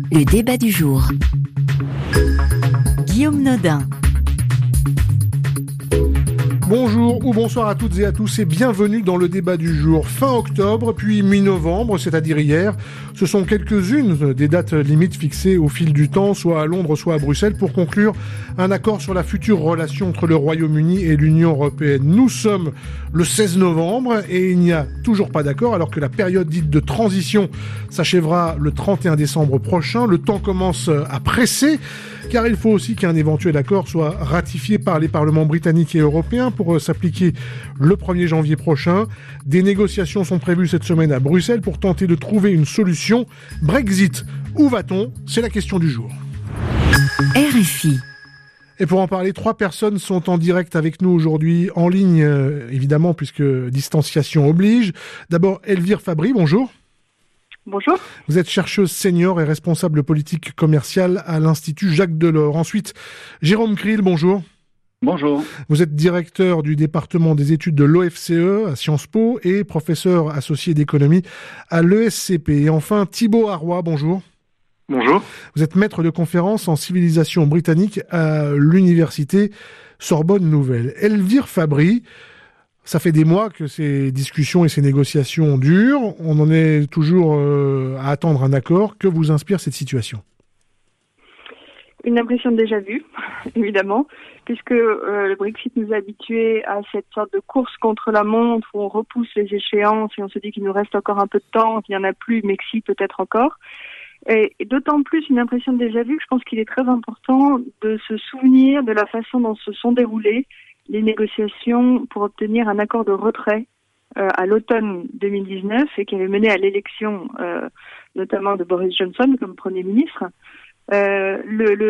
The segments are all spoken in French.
Le débat du jour. Guillaume Nodin. Bonjour ou bonsoir à toutes et à tous et bienvenue dans le débat du jour. Fin octobre, puis mi-novembre, c'est-à-dire hier, ce sont quelques-unes des dates limites fixées au fil du temps, soit à Londres, soit à Bruxelles, pour conclure un accord sur la future relation entre le Royaume-Uni et l'Union européenne. Nous sommes le 16 novembre et il n'y a toujours pas d'accord, alors que la période dite de transition s'achèvera le 31 décembre prochain. Le temps commence à presser, car il faut aussi qu'un éventuel accord soit ratifié par les parlements britanniques et européens pour s'appliquer le 1er janvier prochain. Des négociations sont prévues cette semaine à Bruxelles pour tenter de trouver une solution. Brexit, où va-t-on ? C'est la question du jour. RFI. Et pour en parler, 3 personnes sont en direct avec nous aujourd'hui, en ligne évidemment, puisque distanciation oblige. D'abord, Elvire Fabry, bonjour. Bonjour. Vous êtes chercheuse senior et responsable politique commerciale à l'Institut Jacques Delors. Ensuite, Jérôme Kriel, bonjour. Bonjour. Vous êtes directeur du département des études de l'OFCE à Sciences Po et professeur associé d'économie à l'ESCP. Et enfin, Thibaut Arroy, bonjour. Bonjour. Vous êtes maître de conférence en civilisation britannique à l'université Sorbonne Nouvelle. Elvire Fabry, ça fait des mois que ces discussions et ces négociations durent. On en est toujours à attendre un accord. Que vous inspire cette situation ? Une impression de déjà-vu, évidemment, puisque le Brexit nous a habitués à cette sorte de course contre la montre où on repousse les échéances et on se dit qu'il nous reste encore un peu de temps, qu'il n'y en a plus, mais que si, peut-être encore. Et d'autant plus une impression de déjà-vu que je pense qu'il est très important de se souvenir de la façon dont se sont déroulées les négociations pour obtenir un accord de retrait à l'automne 2019 et qui avait mené à l'élection notamment de Boris Johnson comme Premier ministre. Et à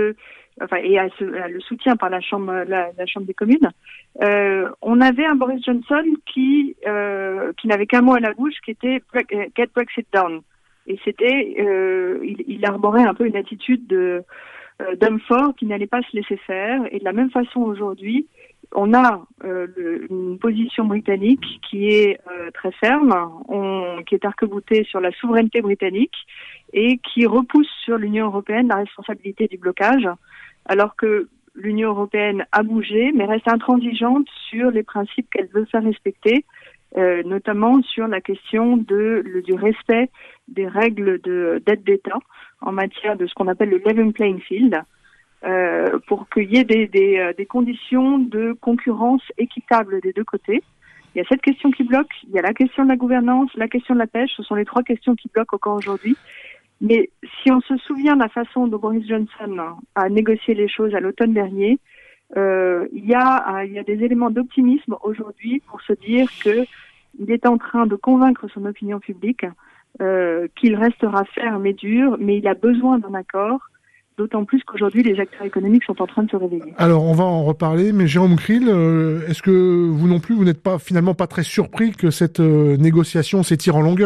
le soutien par la Chambre des communes. On avait un Boris Johnson qui n'avait qu'un mot à la bouche, qui était Get Brexit Done. Et c'était, il arborait un peu une attitude d'homme fort qui n'allait pas se laisser faire. Et de la même façon aujourd'hui, on a une position britannique qui est très ferme, qui est arc-boutée sur la souveraineté britannique et qui repousse sur l'Union européenne la responsabilité du blocage, alors que l'Union européenne a bougé, mais reste intransigeante sur les principes qu'elle veut faire respecter, notamment sur la question du respect des règles d'aide d'État en matière de ce qu'on appelle le level playing field, pour qu'il y ait des conditions de concurrence équitables des deux côtés. Il y a cette question qui bloque, il y a la question de la gouvernance, la question de la pêche, ce sont les 3 questions qui bloquent encore aujourd'hui. Mais si on se souvient de la façon dont Boris Johnson a négocié les choses à l'automne dernier, il y a des éléments d'optimisme aujourd'hui pour se dire qu'il est en train de convaincre son opinion publique qu'il restera ferme et dur, mais il a besoin d'un accord, d'autant plus qu'aujourd'hui les acteurs économiques sont en train de se réveiller. Alors on va en reparler, mais Jérôme Kriel, est-ce que vous non plus, vous n'êtes finalement pas très surpris que cette négociation s'étire en longueur ?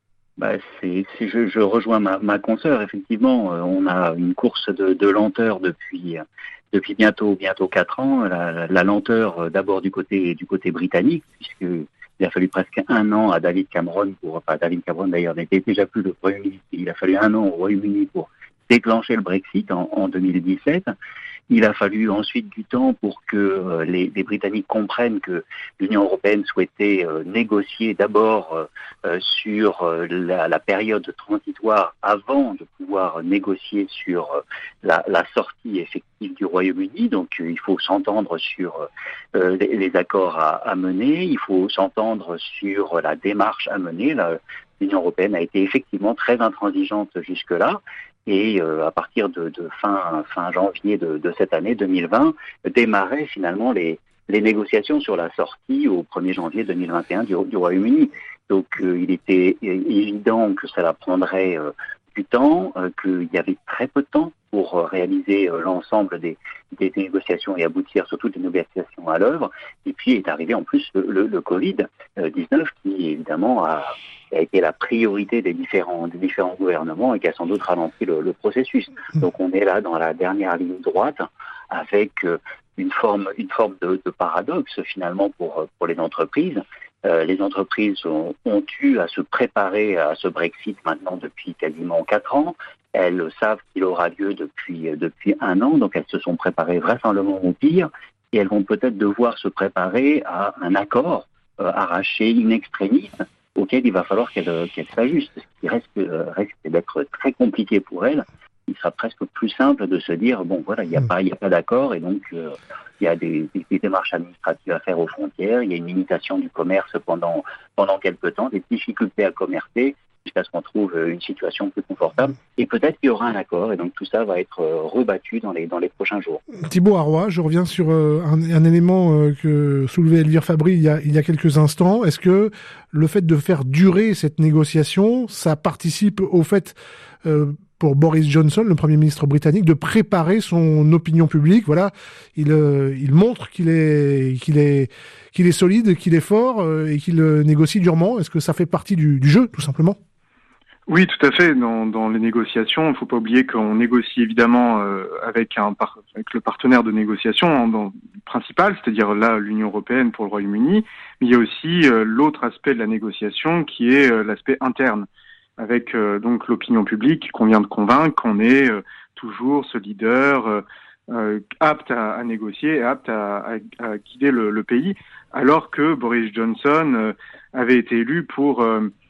Je rejoins ma consoeur. Effectivement, on a une course de lenteur depuis bientôt 4 ans. La lenteur d'abord du côté britannique, puisqu'il a fallu presque 1 an à David Cameron David Cameron d'ailleurs n'était déjà plus le Premier ministre. Il a fallu 1 an au Royaume-Uni pour déclencher le Brexit en 2017. Il a fallu ensuite du temps pour que les Britanniques comprennent que l'Union européenne souhaitait négocier d'abord sur la période transitoire avant de pouvoir négocier sur la sortie effective du Royaume-Uni. Donc il faut s'entendre sur les accords à mener, il faut s'entendre sur la démarche à mener. L'Union européenne a été effectivement très intransigeante jusque-là. Et à partir de fin janvier de cette année 2020, démarraient finalement les négociations sur la sortie au 1er janvier 2021 du Royaume-Uni. Donc il était évident que cela prendrait du temps, qu'il y avait très peu de temps pour réaliser l'ensemble des négociations et aboutir sur toutes les négociations à l'œuvre. Et puis est arrivé en plus le Covid-19 qui évidemment a été la priorité des différents gouvernements et qui a sans doute ralenti le processus. Donc on est là dans la dernière ligne droite avec une forme de paradoxe finalement pour les entreprises. Les entreprises ont eu à se préparer à ce Brexit maintenant depuis quasiment 4 ans. elles savent qu'il aura lieu depuis un an, donc elles se sont préparées vraisemblablement au pire, et elles vont peut-être devoir se préparer à un accord arraché in extremis, auquel il va falloir qu'elles s'ajustent. Ce qui risque d'être très compliqué pour elles. Il sera presque plus simple de se dire, bon voilà, il n'y a pas d'accord, et donc il y a des démarches administratives à faire aux frontières, il y a une limitation du commerce pendant quelques temps, des difficultés à commercer, jusqu'à ce qu'on trouve une situation plus confortable. Et peut-être qu'il y aura un accord, et donc tout ça va être rebattu dans les prochains jours. Thibaut Arroy, je reviens sur un élément que soulevait Elvire Fabry il y a quelques instants. Est-ce que le fait de faire durer cette négociation, ça participe au fait pour Boris Johnson, le Premier ministre britannique, de préparer son opinion publique? Voilà, il montre qu'il est solide, qu'il est fort et qu'il négocie durement. Est-ce que ça fait partie du jeu, tout simplement? Oui, tout à fait. Dans les négociations, il ne faut pas oublier qu'on négocie évidemment avec le partenaire de négociation principal, c'est-à-dire là l'Union européenne pour le Royaume-Uni, mais il y a aussi l'autre aspect de la négociation qui est l'aspect interne, avec donc l'opinion publique qu'on vient de convaincre qu'on est toujours ce leader apte à négocier, apte à guider le pays, alors que Boris Johnson avait été élu pour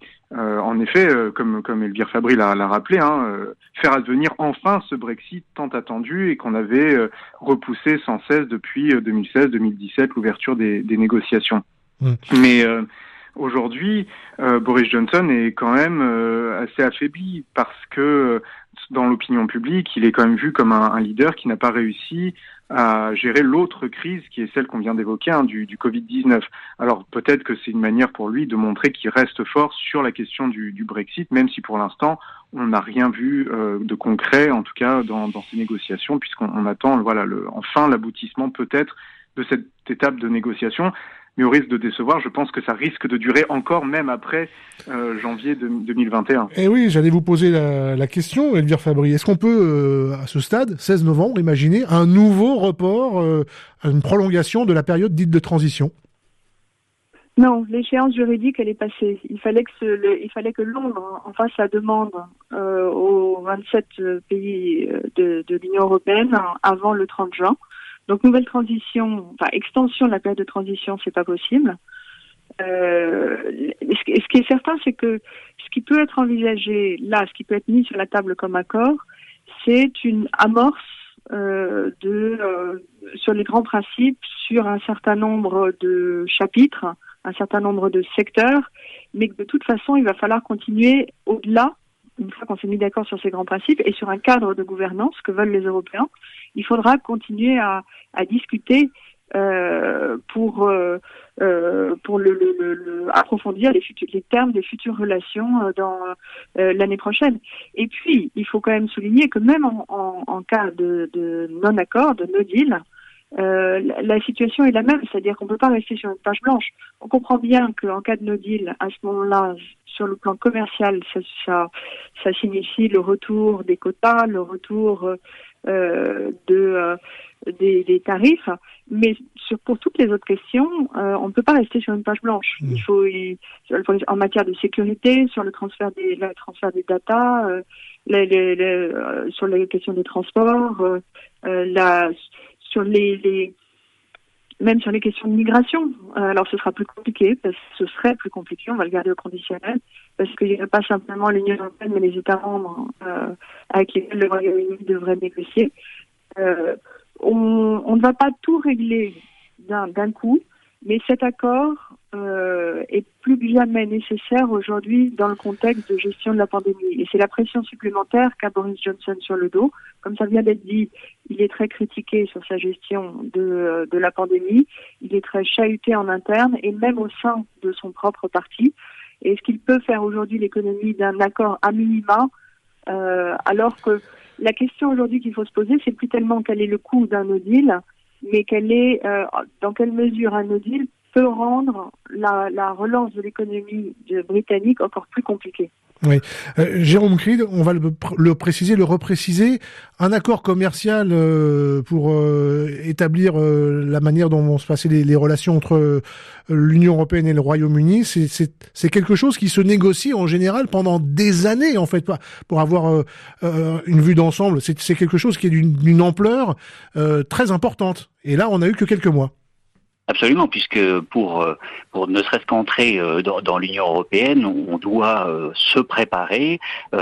en effet, comme Elvire Fabry l'a rappelé, faire advenir enfin ce Brexit tant attendu et qu'on avait repoussé sans cesse depuis 2016-2017 l'ouverture des négociations. Mais aujourd'hui, Boris Johnson est quand même assez affaibli parce que dans l'opinion publique, il est quand même vu comme un leader qui n'a pas réussi à gérer l'autre crise qui est celle qu'on vient d'évoquer, du Covid-19. Alors peut-être que c'est une manière pour lui de montrer qu'il reste fort sur la question du Brexit, même si pour l'instant on n'a rien vu de concret, en tout cas dans ces négociations, puisqu'on attend enfin l'aboutissement peut-être de cette étape de négociation. Mais au risque de décevoir, je pense que ça risque de durer encore, même après janvier 2021. Et oui, j'allais vous poser la question, Elvire Fabry. Est-ce qu'on peut, à ce stade, 16 novembre, imaginer un nouveau report, une prolongation de la période dite de transition? Non, l'échéance juridique, elle est passée. Il fallait que Londres en fasse sa demande aux 27 pays de l'Union européenne avant le 30 juin. Donc extension de la période de transition, c'est pas possible. Ce qui est certain, c'est que ce qui peut être envisagé là, ce qui peut être mis sur la table comme accord, c'est une amorce sur les grands principes, sur un certain nombre de chapitres, un certain nombre de secteurs, mais que de toute façon, il va falloir continuer au-delà. Une fois qu'on s'est mis d'accord sur ces grands principes et sur un cadre de gouvernance que veulent les Européens, il faudra continuer à discuter pour approfondir les termes des futures relations dans l'année prochaine. Et puis, il faut quand même souligner que même en cas de non-accord, de no deal, la situation est la même, c'est-à-dire qu'on ne peut pas rester sur une page blanche. On comprend bien qu'en cas de no deal, à ce moment-là, sur le plan commercial, ça signifie le retour des quotas, le retour des tarifs, mais pour toutes les autres questions, on ne peut pas rester sur une page blanche. Il faut en matière de sécurité, sur le transfert des datas, sur les questions des transports, même sur les questions de migration. Alors ce sera plus compliqué, ce serait plus compliqué, on va le garder au conditionnel, parce qu'il n'y a pas simplement l'Union européenne, mais les États membres avec lesquels le Royaume-Uni devrait négocier. On ne va pas tout régler d'un coup, mais cet accord est plus que jamais nécessaire aujourd'hui dans le contexte de gestion de la pandémie. Et c'est la pression supplémentaire qu'a Boris Johnson sur le dos. Comme ça vient d'être dit, il est très critiqué sur sa gestion de la pandémie. Il est très chahuté en interne et même au sein de son propre parti. Et est-ce qu'il peut faire aujourd'hui l'économie d'un accord à minima alors que la question aujourd'hui qu'il faut se poser, c'est plus tellement quel est le coût d'un no deal, mais dans quelle mesure un no deal peut rendre la relance de l'économie britannique encore plus compliquée. Oui. Jérôme Creed, on va le préciser, le repréciser. Un accord commercial pour établir la manière dont vont se passer les relations entre l'Union européenne et le Royaume-Uni, c'est quelque chose qui se négocie en général pendant des années, en fait, pour avoir une vue d'ensemble. C'est quelque chose qui est d'une ampleur très importante. Et là, on n'a eu que quelques mois. Absolument, puisque pour ne serait-ce qu'entrer dans l'Union européenne, on doit se préparer,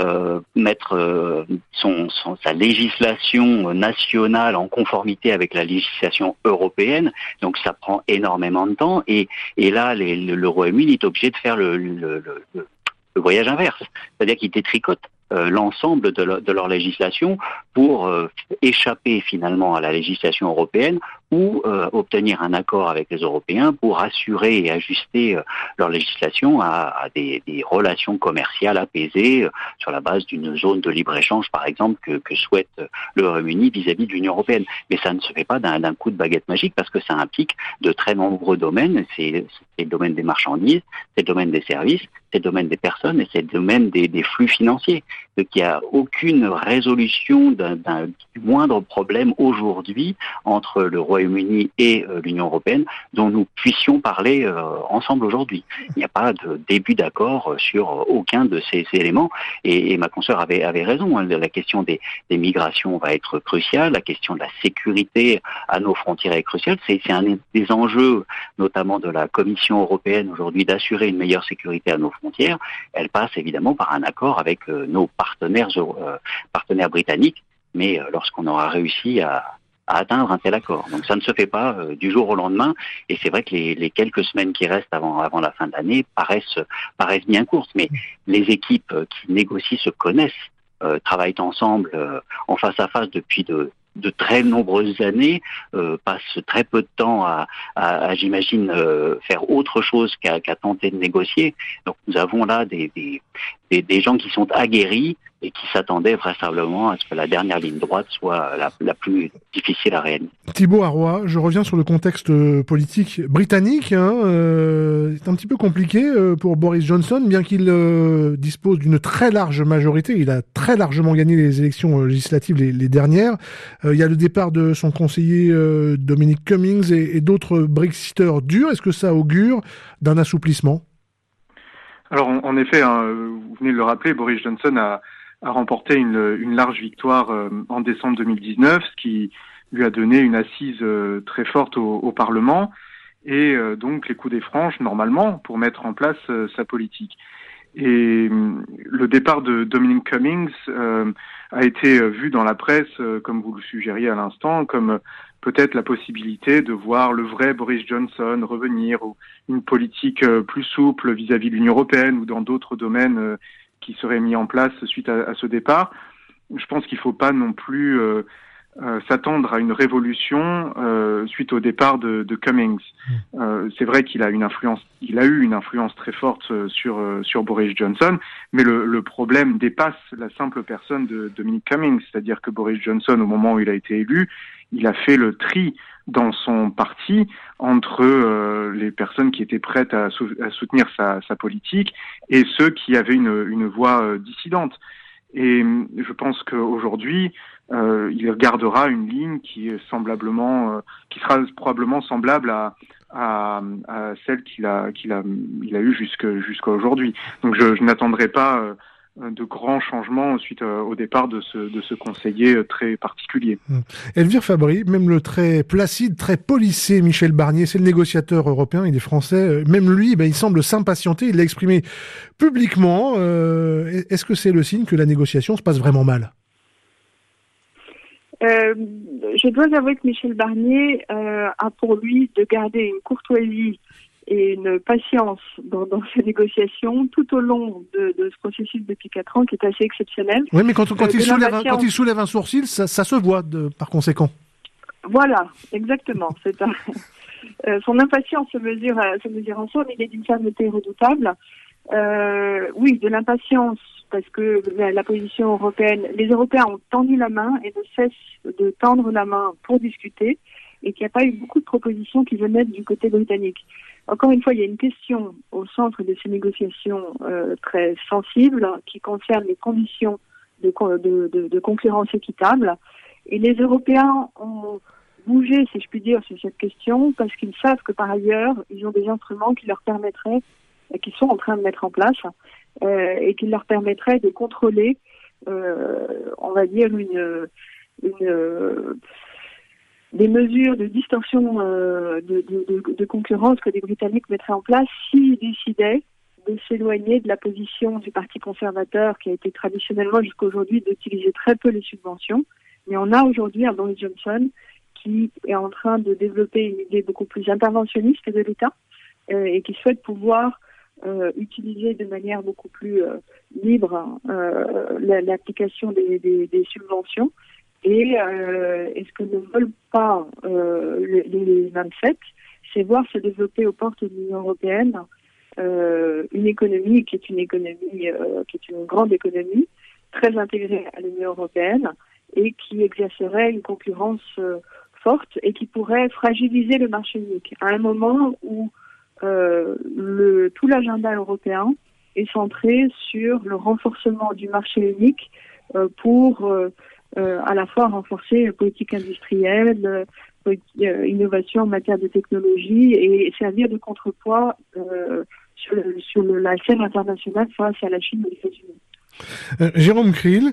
mettre sa législation nationale en conformité avec la législation européenne. Donc ça prend énormément de temps. Et là, le Royaume-Uni est obligé de faire le voyage inverse, c'est-à-dire qu'il détricote l'ensemble de leur législation pour échapper finalement à la législation européenne ou obtenir un accord avec les Européens pour assurer et ajuster leur législation à des relations commerciales apaisées sur la base d'une zone de libre-échange, par exemple, que souhaite le Royaume-Uni vis-à-vis de l'Union européenne. Mais ça ne se fait pas d'un coup de baguette magique parce que ça implique de très nombreux domaines. C'est le domaine des marchandises, c'est le domaine des services, c'est le domaine des personnes et c'est le domaine des flux financiers. Donc il n'y a aucune résolution du moindre problème aujourd'hui entre le Royaume-Uni et l'Union européenne dont nous puissions parler ensemble aujourd'hui. Il n'y a pas de début d'accord sur aucun de ces éléments et ma consoeur avait raison. Hein, la question des migrations va être cruciale, la question de la sécurité à nos frontières est cruciale. C'est un des enjeux notamment de la Commission européenne aujourd'hui d'assurer une meilleure sécurité à nos frontières. Elle passe évidemment par un accord avec nos partenaires britanniques, mais lorsqu'on aura réussi à atteindre un tel accord. Donc ça ne se fait pas du jour au lendemain, et c'est vrai que les quelques semaines qui restent avant la fin de l'année paraissent bien courtes, mais les équipes qui négocient se connaissent, travaillent ensemble en face à face depuis de très nombreuses années, passent très peu de temps à j'imagine, faire autre chose qu'à tenter de négocier. Donc nous avons là des gens qui sont aguerris et qui s'attendaient vraisemblablement à ce que la dernière ligne droite soit la plus difficile à réaliser. Thibaut Arroy, je reviens sur le contexte politique britannique. C'est un petit peu compliqué pour Boris Johnson, bien qu'il dispose d'une très large majorité. Il a très largement gagné les élections législatives les dernières. Il y a le départ de son conseiller Dominic Cummings et d'autres Brexiteurs durs. Est-ce que ça augure d'un assouplissement ? Alors en effet, vous venez de le rappeler, Boris Johnson a remporté une large victoire en décembre 2019, ce qui lui a donné une assise très forte au Parlement et donc les coups des franges normalement pour mettre en place sa politique. Et le départ de Dominic Cummings a été vu dans la presse, comme vous le suggériez à l'instant, comme peut-être la possibilité de voir le vrai Boris Johnson revenir, ou une politique plus souple vis-à-vis de l'Union européenne ou dans d'autres domaines qui seraient mis en place suite à ce départ. Je pense qu'il ne faut pas non plus s'attendre à une révolution suite au départ de Cummings. C'est vrai qu'il a eu une influence très forte sur Boris Johnson, mais le problème dépasse la simple personne de Dominic Cummings, c'est-à-dire que Boris Johnson, au moment où il a été élu, il a fait le tri dans son parti entre les personnes qui étaient prêtes à soutenir sa politique et ceux qui avaient une voix dissidente. Et je pense qu'aujourd'hui, il gardera une ligne qui sera probablement semblable à celle qu'il a eue jusqu'à aujourd'hui. Donc je n'attendrai pas de grands changements suite au départ de ce conseiller très particulier. Elvire Fabry, même le très placide, très policé Michel Barnier, c'est le négociateur européen, il est français, même lui, il semble s'impatienter, il l'a exprimé publiquement. Est-ce que c'est le signe que la négociation se passe vraiment mal ? Je dois avouer que Michel Barnier a pour lui de garder une courtoisie et une patience dans ces négociations tout au long de ce processus depuis 4 ans qui est assez exceptionnel. Oui, mais quand il soulève un sourcil, ça se voit par conséquent. Voilà, exactement. Son impatience se mesure en soi, mais il est d'une fermeté redoutable. Oui, de l'impatience, parce que la position européenne, les Européens ont tendu la main et ne cessent de tendre la main pour discuter, et qu'il n'y a pas eu beaucoup de propositions qui venaient du côté britannique. encore une fois, il y a une question au centre de ces négociations très sensible qui concerne les conditions de concurrence équitable. Et les Européens ont bougé, si je puis dire, sur cette question parce qu'ils savent que par ailleurs, ils ont des instruments qui leur permettraient, qu'ils sont en train de mettre en place, et qui leur permettraient de contrôler, on va dire, des mesures de distorsion de concurrence que les Britanniques mettraient en place s'ils décidaient de s'éloigner de la position du Parti conservateur qui a été traditionnellement jusqu'à aujourd'hui d'utiliser très peu les subventions. Mais on a aujourd'hui un Boris Johnson qui est en train de développer une idée beaucoup plus interventionniste de l'État et qui souhaite pouvoir utiliser de manière beaucoup plus libre l'application des subventions. Et ce que ne veulent pas les 27, c'est voir se développer aux portes de l'Union européenne une économie qui est une grande économie, très intégrée à l'Union européenne et qui exercerait une concurrence forte et qui pourrait fragiliser le marché unique à un moment où tout l'agenda européen est centré sur le renforcement du marché unique pour à la fois renforcer politique industrielle, innovation en matière de technologie et servir de contrepoids sur la scène internationale face à la Chine et aux États-Unis. Jérôme Kriel,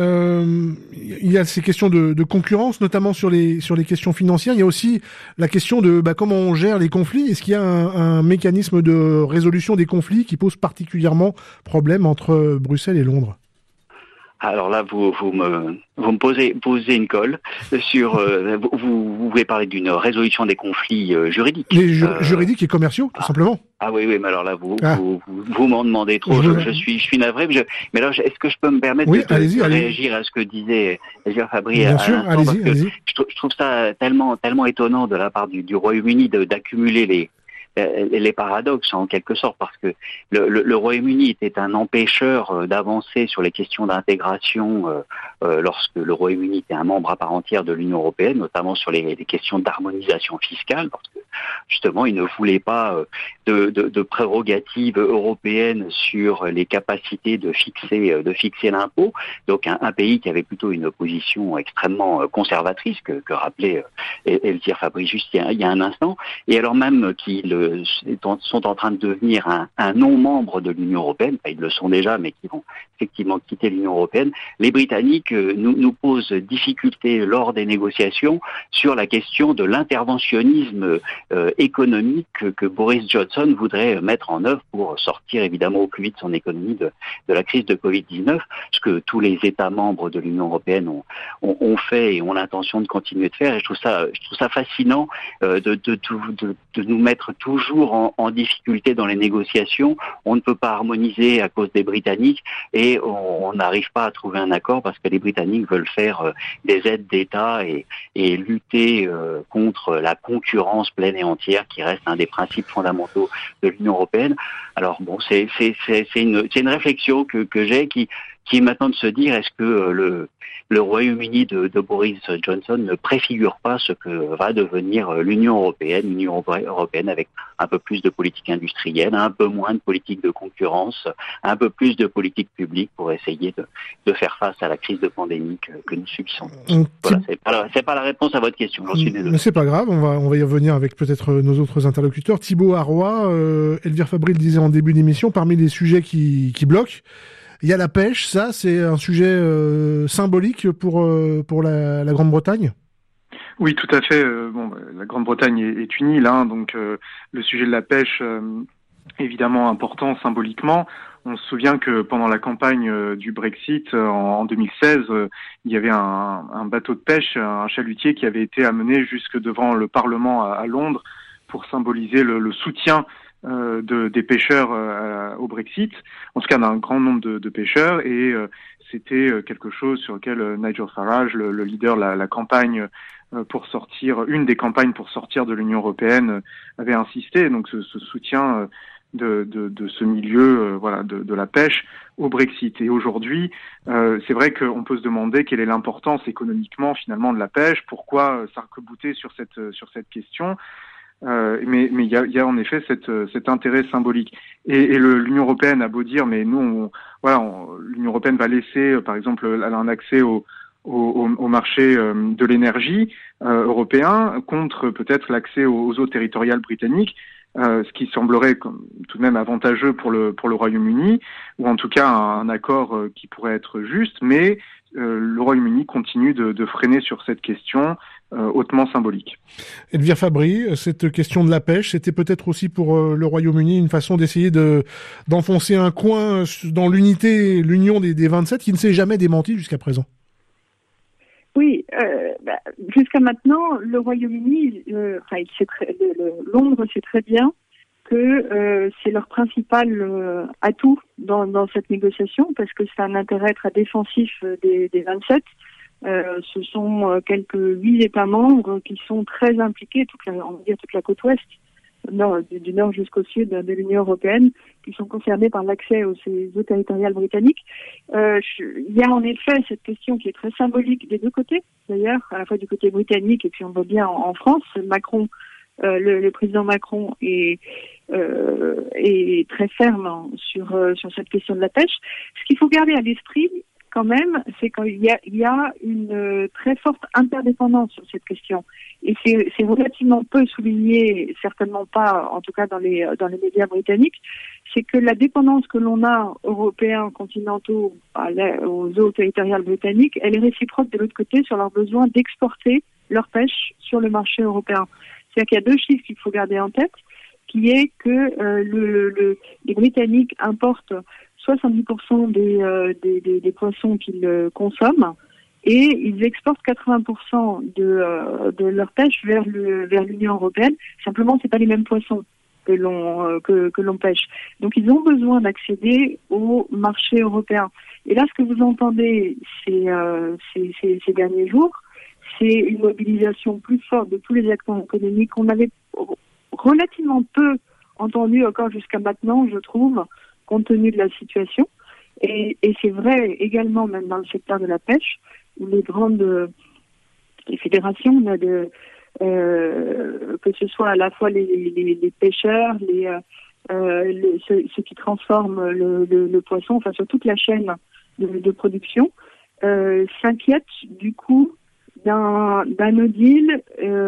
il y a ces questions de concurrence, notamment sur les questions financières. Il y a aussi la question de comment on gère les conflits. Est-ce qu'il y a un mécanisme de résolution des conflits qui pose particulièrement problème entre Bruxelles et Londres ? Alors là, vous me posez une colle sur. Vous voulez parler d'une résolution des conflits juridiques. Juridiques et commerciaux, tout simplement. Ah oui, mais alors là, vous m'en demandez trop. Je suis navré. Mais alors, est-ce que je peux me permettre de réagir à ce que disait Elvire Fabry à l'instant, allez-y. Je trouve ça tellement étonnant de la part du Royaume-Uni d'accumuler les paradoxes en quelque sorte, parce que le Royaume-Uni était un empêcheur d'avancer sur les questions d'intégration lorsque le Royaume-Uni était un membre à part entière de l'Union européenne, notamment sur les questions d'harmonisation fiscale, parce que justement il ne voulait pas de prérogatives européennes sur les capacités de fixer l'impôt. Donc un pays qui avait plutôt une position extrêmement conservatrice que rappelait Elvire Fabry juste il y a un instant, et alors même qu'ils sont en train de devenir un non-membre de l'Union européenne, enfin, ils le sont déjà, mais qui vont effectivement quitter l'Union européenne. Les Britanniques nous posent difficulté lors des négociations sur la question de l'interventionnisme économique que Boris Johnson voudrait mettre en œuvre pour sortir évidemment au plus vite son économie de la crise de Covid-19, ce que tous les États membres de l'Union européenne ont fait et ont l'intention de continuer de faire. Et je trouve ça fascinant de nous mettre toujours en difficulté dans les négociations. On ne peut pas harmoniser à cause des Britanniques et on n'arrive pas à trouver un accord parce que les Britanniques veulent faire des aides d'État et lutter contre la concurrence pleine et entière qui reste un des principes fondamentaux de l'Union européenne. Alors bon, c'est une réflexion que j'ai qui est maintenant de se dire, est-ce que le Royaume-Uni de Boris Johnson ne préfigure pas ce que va devenir l'Union européenne avec un peu plus de politique industrielle, un peu moins de politique de concurrence, un peu plus de politique publique pour essayer de faire face à la crise de pandémie que nous subissons. Voilà, c'est pas la réponse à votre question, j'en suis désolé. Mais c'est pas grave, on va y revenir avec peut-être nos autres interlocuteurs. Thibaut Arroy, Elvire Fabry le disait en début d'émission, parmi les sujets qui bloquent, il y a la pêche. Ça, c'est un sujet symbolique pour la Grande-Bretagne. Oui, tout à fait. La Grande-Bretagne est une île, donc le sujet de la pêche, évidemment important symboliquement. On se souvient que pendant la campagne du Brexit en 2016, il y avait un bateau de pêche, un chalutier qui avait été amené jusque devant le Parlement à Londres pour symboliser le soutien des pêcheurs au Brexit, en tout cas d'un grand nombre de pêcheurs, et c'était quelque chose sur lequel Nigel Farage, le leader de la campagne pour sortir, une des campagnes pour sortir de l'Union européenne, avait insisté. Donc ce soutien de ce milieu de la pêche au Brexit. Et aujourd'hui, c'est vrai qu'on peut se demander quelle est l'importance économiquement finalement de la pêche, pourquoi s'arc-bouter sur cette question. Mais il y a en effet cet intérêt symbolique. Et l'Union européenne a beau dire, mais nous, l'Union européenne va laisser, par exemple, elle a un accès au marché de l'énergie européen contre peut-être l'accès aux eaux territoriales britanniques, ce qui semblerait tout de même avantageux pour le Royaume-Uni, ou en tout cas un accord qui pourrait être juste, mais le Royaume-Uni continue de freiner sur cette question hautement symbolique. Elvire Fabry, cette question de la pêche, c'était peut-être aussi pour le Royaume-Uni une façon d'essayer d'enfoncer un coin dans l'union des 27 qui ne s'est jamais démenti jusqu'à présent. Oui, jusqu'à maintenant, le Royaume-Uni, Londres sait très bien que c'est leur principal atout dans cette négociation, parce que c'est un intérêt très défensif des 27. Ce sont quelques 8 États membres qui sont très impliqués, toute la côte ouest, du nord jusqu'au sud de l'Union européenne, qui sont concernés par l'accès aux eaux territoriales britanniques. Il y a en effet cette question qui est très symbolique des deux côtés, d'ailleurs, à la fois du côté britannique et puis on voit bien en France, Macron, le président Macron est très ferme sur cette question de la pêche. Ce qu'il faut garder à l'esprit, quand même, c'est qu'il y a une très forte interdépendance sur cette question. Et c'est relativement peu souligné, certainement pas, en tout cas dans les médias britanniques, c'est que la dépendance que l'on a, européens, continentaux, aux eaux territoriales britanniques, elle est réciproque de l'autre côté sur leur besoin d'exporter leur pêche sur le marché européen. C'est-à-dire qu'il y a 2 chiffres qu'il faut garder en tête, qui est que les Britanniques importent 70% des poissons qu'ils consomment et ils exportent 80% de leur pêche vers l'Union européenne. Simplement, c'est pas les mêmes poissons que l'on pêche. Donc, ils ont besoin d'accéder au marché européen. Et là, ce que vous entendez ces derniers jours, c'est une mobilisation plus forte de tous les acteurs économiques qu'on avait relativement peu entendu encore jusqu'à maintenant, je trouve, compte tenu de la situation. Et c'est vrai également même dans le secteur de la pêche, où les fédérations, que ce soit à la fois les pêcheurs, ceux qui transforment le poisson, enfin sur toute la chaîne de production, s'inquiètent du coup d'un no deal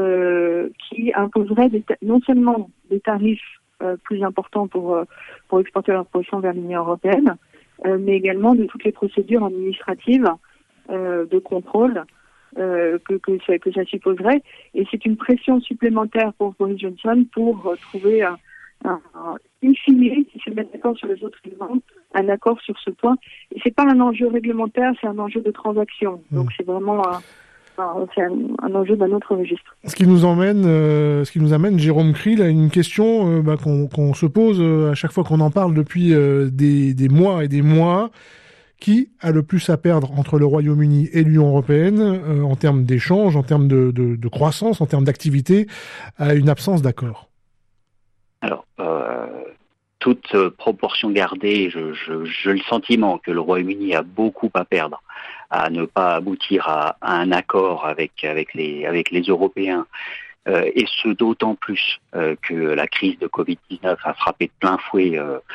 qui imposerait non seulement des tarifs plus importants pour exporter leurs poissons vers l'Union européenne, mais également de toutes les procédures administratives de contrôle que ça supposerait. Et c'est une pression supplémentaire pour Boris Johnson pour trouver in fine, si se mettre d'accord sur les autres éléments, un accord sur ce point. Et c'est pas un enjeu réglementaire, c'est un enjeu de transaction. Donc c'est vraiment c'est un enjeu d'un autre registre. Ce qui nous amène, Jérôme Kriel, à une question qu'on se pose à chaque fois qu'on en parle depuis des mois et des mois. Qui a le plus à perdre entre le Royaume-Uni et l'Union européenne en termes d'échanges, en termes de croissance, en termes d'activité, à une absence d'accord? Alors, toute proportion gardée, j'ai le sentiment que le Royaume-Uni a beaucoup à perdre à ne pas aboutir à un accord avec les Européens. Et ce d'autant plus que la crise de Covid-19 a frappé de plein fouet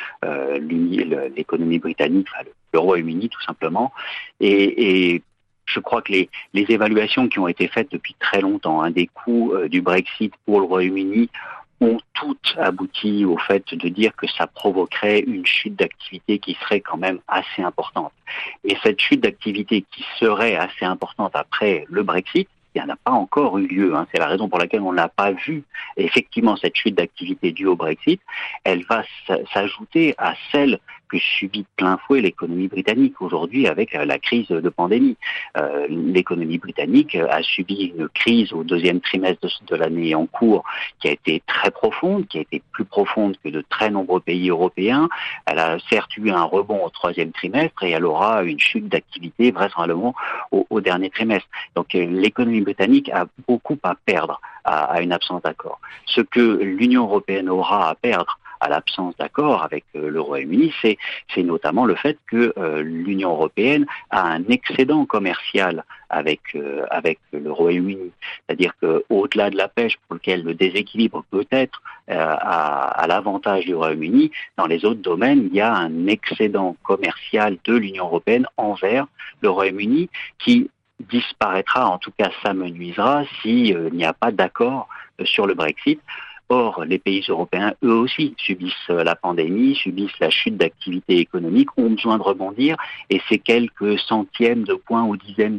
l'économie britannique, enfin, le Royaume-Uni tout simplement. Et je crois que les évaluations qui ont été faites depuis très longtemps, des coûts du Brexit pour le Royaume-Uni, ont toutes abouti au fait de dire que ça provoquerait une chute d'activité qui serait quand même assez importante. Et cette chute d'activité qui serait assez importante après le Brexit, il n'y en a pas encore eu lieu. C'est la raison pour laquelle on n'a pas vu effectivement cette chute d'activité due au Brexit. Elle va s'ajouter à celle que subit de plein fouet l'économie britannique aujourd'hui avec la crise de pandémie. L'économie britannique a subi une crise au 2e trimestre de l'année en cours qui a été très profonde, qui a été plus profonde que de très nombreux pays européens. Elle a certes eu un rebond au 3e trimestre et elle aura une chute d'activité vraisemblablement au dernier trimestre. Donc l'économie britannique a beaucoup à perdre à une absence d'accord. Ce que l'Union européenne aura à perdre à l'absence d'accord avec le Royaume-Uni, c'est notamment le fait que l'Union européenne a un excédent commercial avec le Royaume-Uni. C'est-à-dire qu'au-delà de la pêche, pour lequel le déséquilibre peut être à l'avantage du Royaume-Uni, dans les autres domaines, il y a un excédent commercial de l'Union européenne envers le Royaume-Uni qui disparaîtra, en tout cas s'amenuisera, s'il n'y a pas d'accord sur le Brexit. Or, les pays européens, eux aussi, subissent la pandémie, subissent la chute d'activité économique, ont besoin de rebondir, et ces quelques centièmes de points ou dixièmes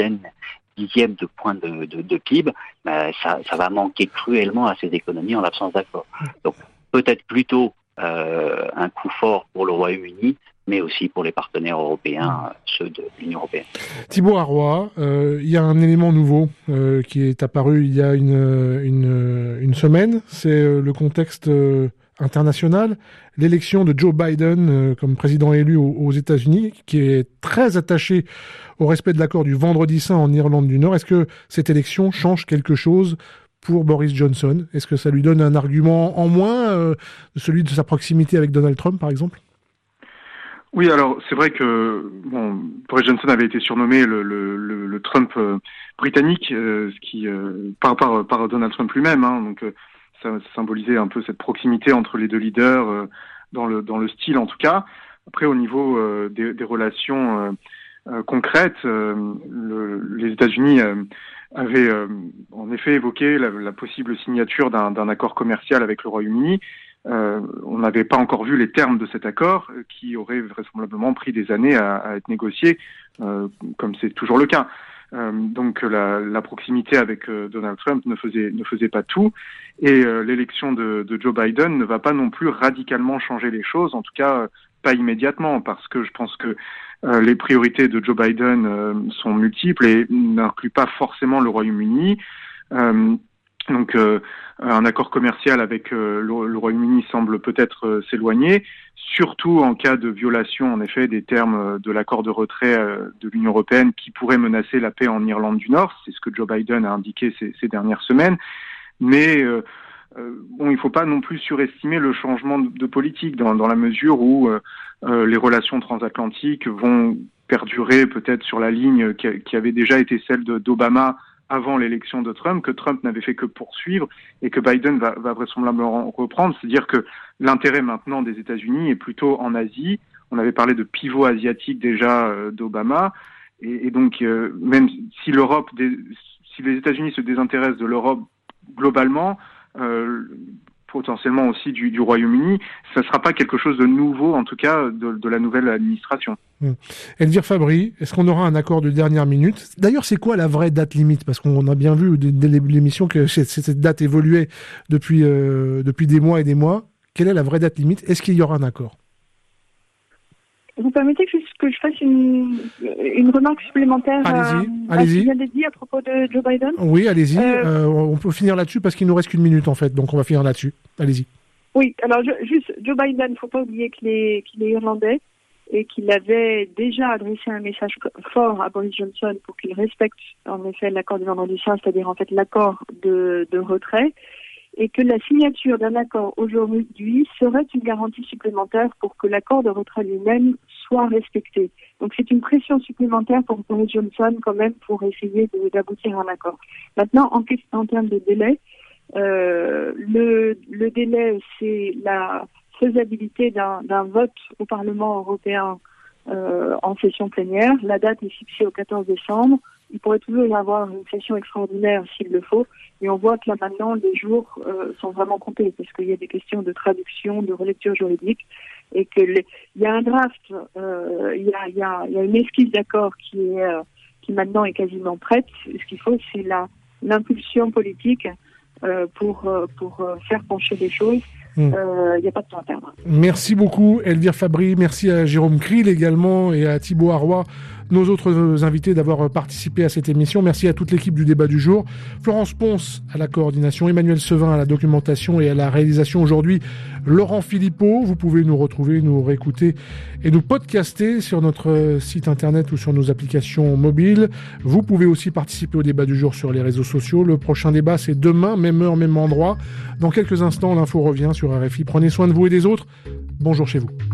de points de PIB, ça va manquer cruellement à ces économies en l'absence d'accord. Donc, peut-être plutôt un coup fort pour le Royaume-Uni, mais aussi pour les partenaires européens, ceux de l'Union européenne. Thibaut Arroy, il y a un élément nouveau qui est apparu il y a une semaine, c'est le contexte international, l'élection de Joe Biden comme président élu aux États-Unis, qui est très attaché au respect de l'accord du Vendredi Saint en Irlande du Nord. Est-ce que cette élection change quelque chose pour Boris Johnson? Est-ce que ça lui donne un argument en moins, celui de sa proximité avec Donald Trump, par exemple? Oui, alors c'est vrai que Boris Johnson avait été surnommé le Trump britannique, ce qui par Donald Trump lui-même, hein, donc ça symbolisait un peu cette proximité entre les deux leaders dans le style en tout cas. Après, au niveau des relations concrètes, les États-Unis avaient en effet évoqué la possible signature d'un accord commercial avec le Royaume-Uni. On n'avait pas encore vu les termes de cet accord qui aurait vraisemblablement pris des années à être négocié, comme c'est toujours le cas. Donc la proximité avec Donald Trump ne faisait pas tout, et l'élection de Joe Biden ne va pas non plus radicalement changer les choses, en tout cas pas immédiatement, parce que je pense que les priorités de Joe Biden sont multiples et n'incluent pas forcément le Royaume-Uni. Donc un accord commercial avec le Royaume-Uni semble peut-être s'éloigner, surtout en cas de violation en effet des termes de l'accord de retrait de l'Union européenne qui pourrait menacer la paix en Irlande du Nord. C'est ce que Joe Biden a indiqué ces dernières semaines. Mais il ne faut pas non plus surestimer le changement de politique dans la mesure où les relations transatlantiques vont perdurer peut-être sur la ligne qui avait déjà été celle d'Obama avant l'élection de Trump, que Trump n'avait fait que poursuivre et que Biden va vraisemblablement reprendre. C'est-à-dire que l'intérêt maintenant des États-Unis est plutôt en Asie. On avait parlé de pivot asiatique déjà d'Obama. Et donc, même si si les États-Unis se désintéressent de l'Europe globalement, potentiellement aussi du Royaume-Uni, ça ne sera pas quelque chose de nouveau, en tout cas, de la nouvelle administration. Elvire Fabry, est-ce qu'on aura un accord de dernière minute? D'ailleurs, c'est quoi la vraie date limite? Parce qu'on a bien vu dès l'émission que cette date évoluait depuis des mois et des mois. Quelle est la vraie date limite? Est-ce qu'il y aura un accord? Vous permettez que je fasse une remarque supplémentaire à ce qui vient d'être dit à propos de Joe Biden? Oui, allez-y. On peut finir là-dessus parce qu'il nous reste qu'une minute en fait, donc on va finir là-dessus. Allez-y. Oui, alors juste Joe Biden, il ne faut pas oublier qu'il est irlandais et qu'il avait déjà adressé un message fort à Boris Johnson pour qu'il respecte en effet l'accord du Vendredi Saint, c'est-à-dire en fait l'accord de retrait, et que la signature d'un accord aujourd'hui serait une garantie supplémentaire pour que l'accord de retrait lui-même soit respecté. Donc c'est une pression supplémentaire pour Boris Johnson quand même pour essayer d'aboutir à un accord. Maintenant, en termes de délai, le délai, c'est la faisabilité d'un vote au Parlement européen en session plénière. La date est fixée au 14 décembre. Il pourrait toujours y avoir une session extraordinaire s'il le faut, mais on voit que là maintenant les jours sont vraiment comptés parce qu'il y a des questions de traduction, de relecture juridique, et que il y a un draft, il y a une esquisse d'accord qui maintenant est quasiment prête. Ce qu'il faut, c'est l'impulsion politique pour faire pencher les choses. Il n'y a pas de temps à perdre. Merci beaucoup Elvire Fabry, merci à Jérôme Kriel également et à Thibaut Arroy nos autres invités d'avoir participé à cette émission. Merci à toute l'équipe du débat du jour. Florence Ponce à la coordination, Emmanuel Sevin à la documentation et à la réalisation aujourd'hui, Laurent Philippot. Vous pouvez nous retrouver, nous réécouter et nous podcaster sur notre site internet ou sur nos applications mobiles. Vous pouvez aussi participer au débat du jour sur les réseaux sociaux. Le prochain débat, c'est demain, même heure, même endroit. Dans quelques instants, l'info revient sur RFI. Prenez soin de vous et des autres. Bonjour chez vous.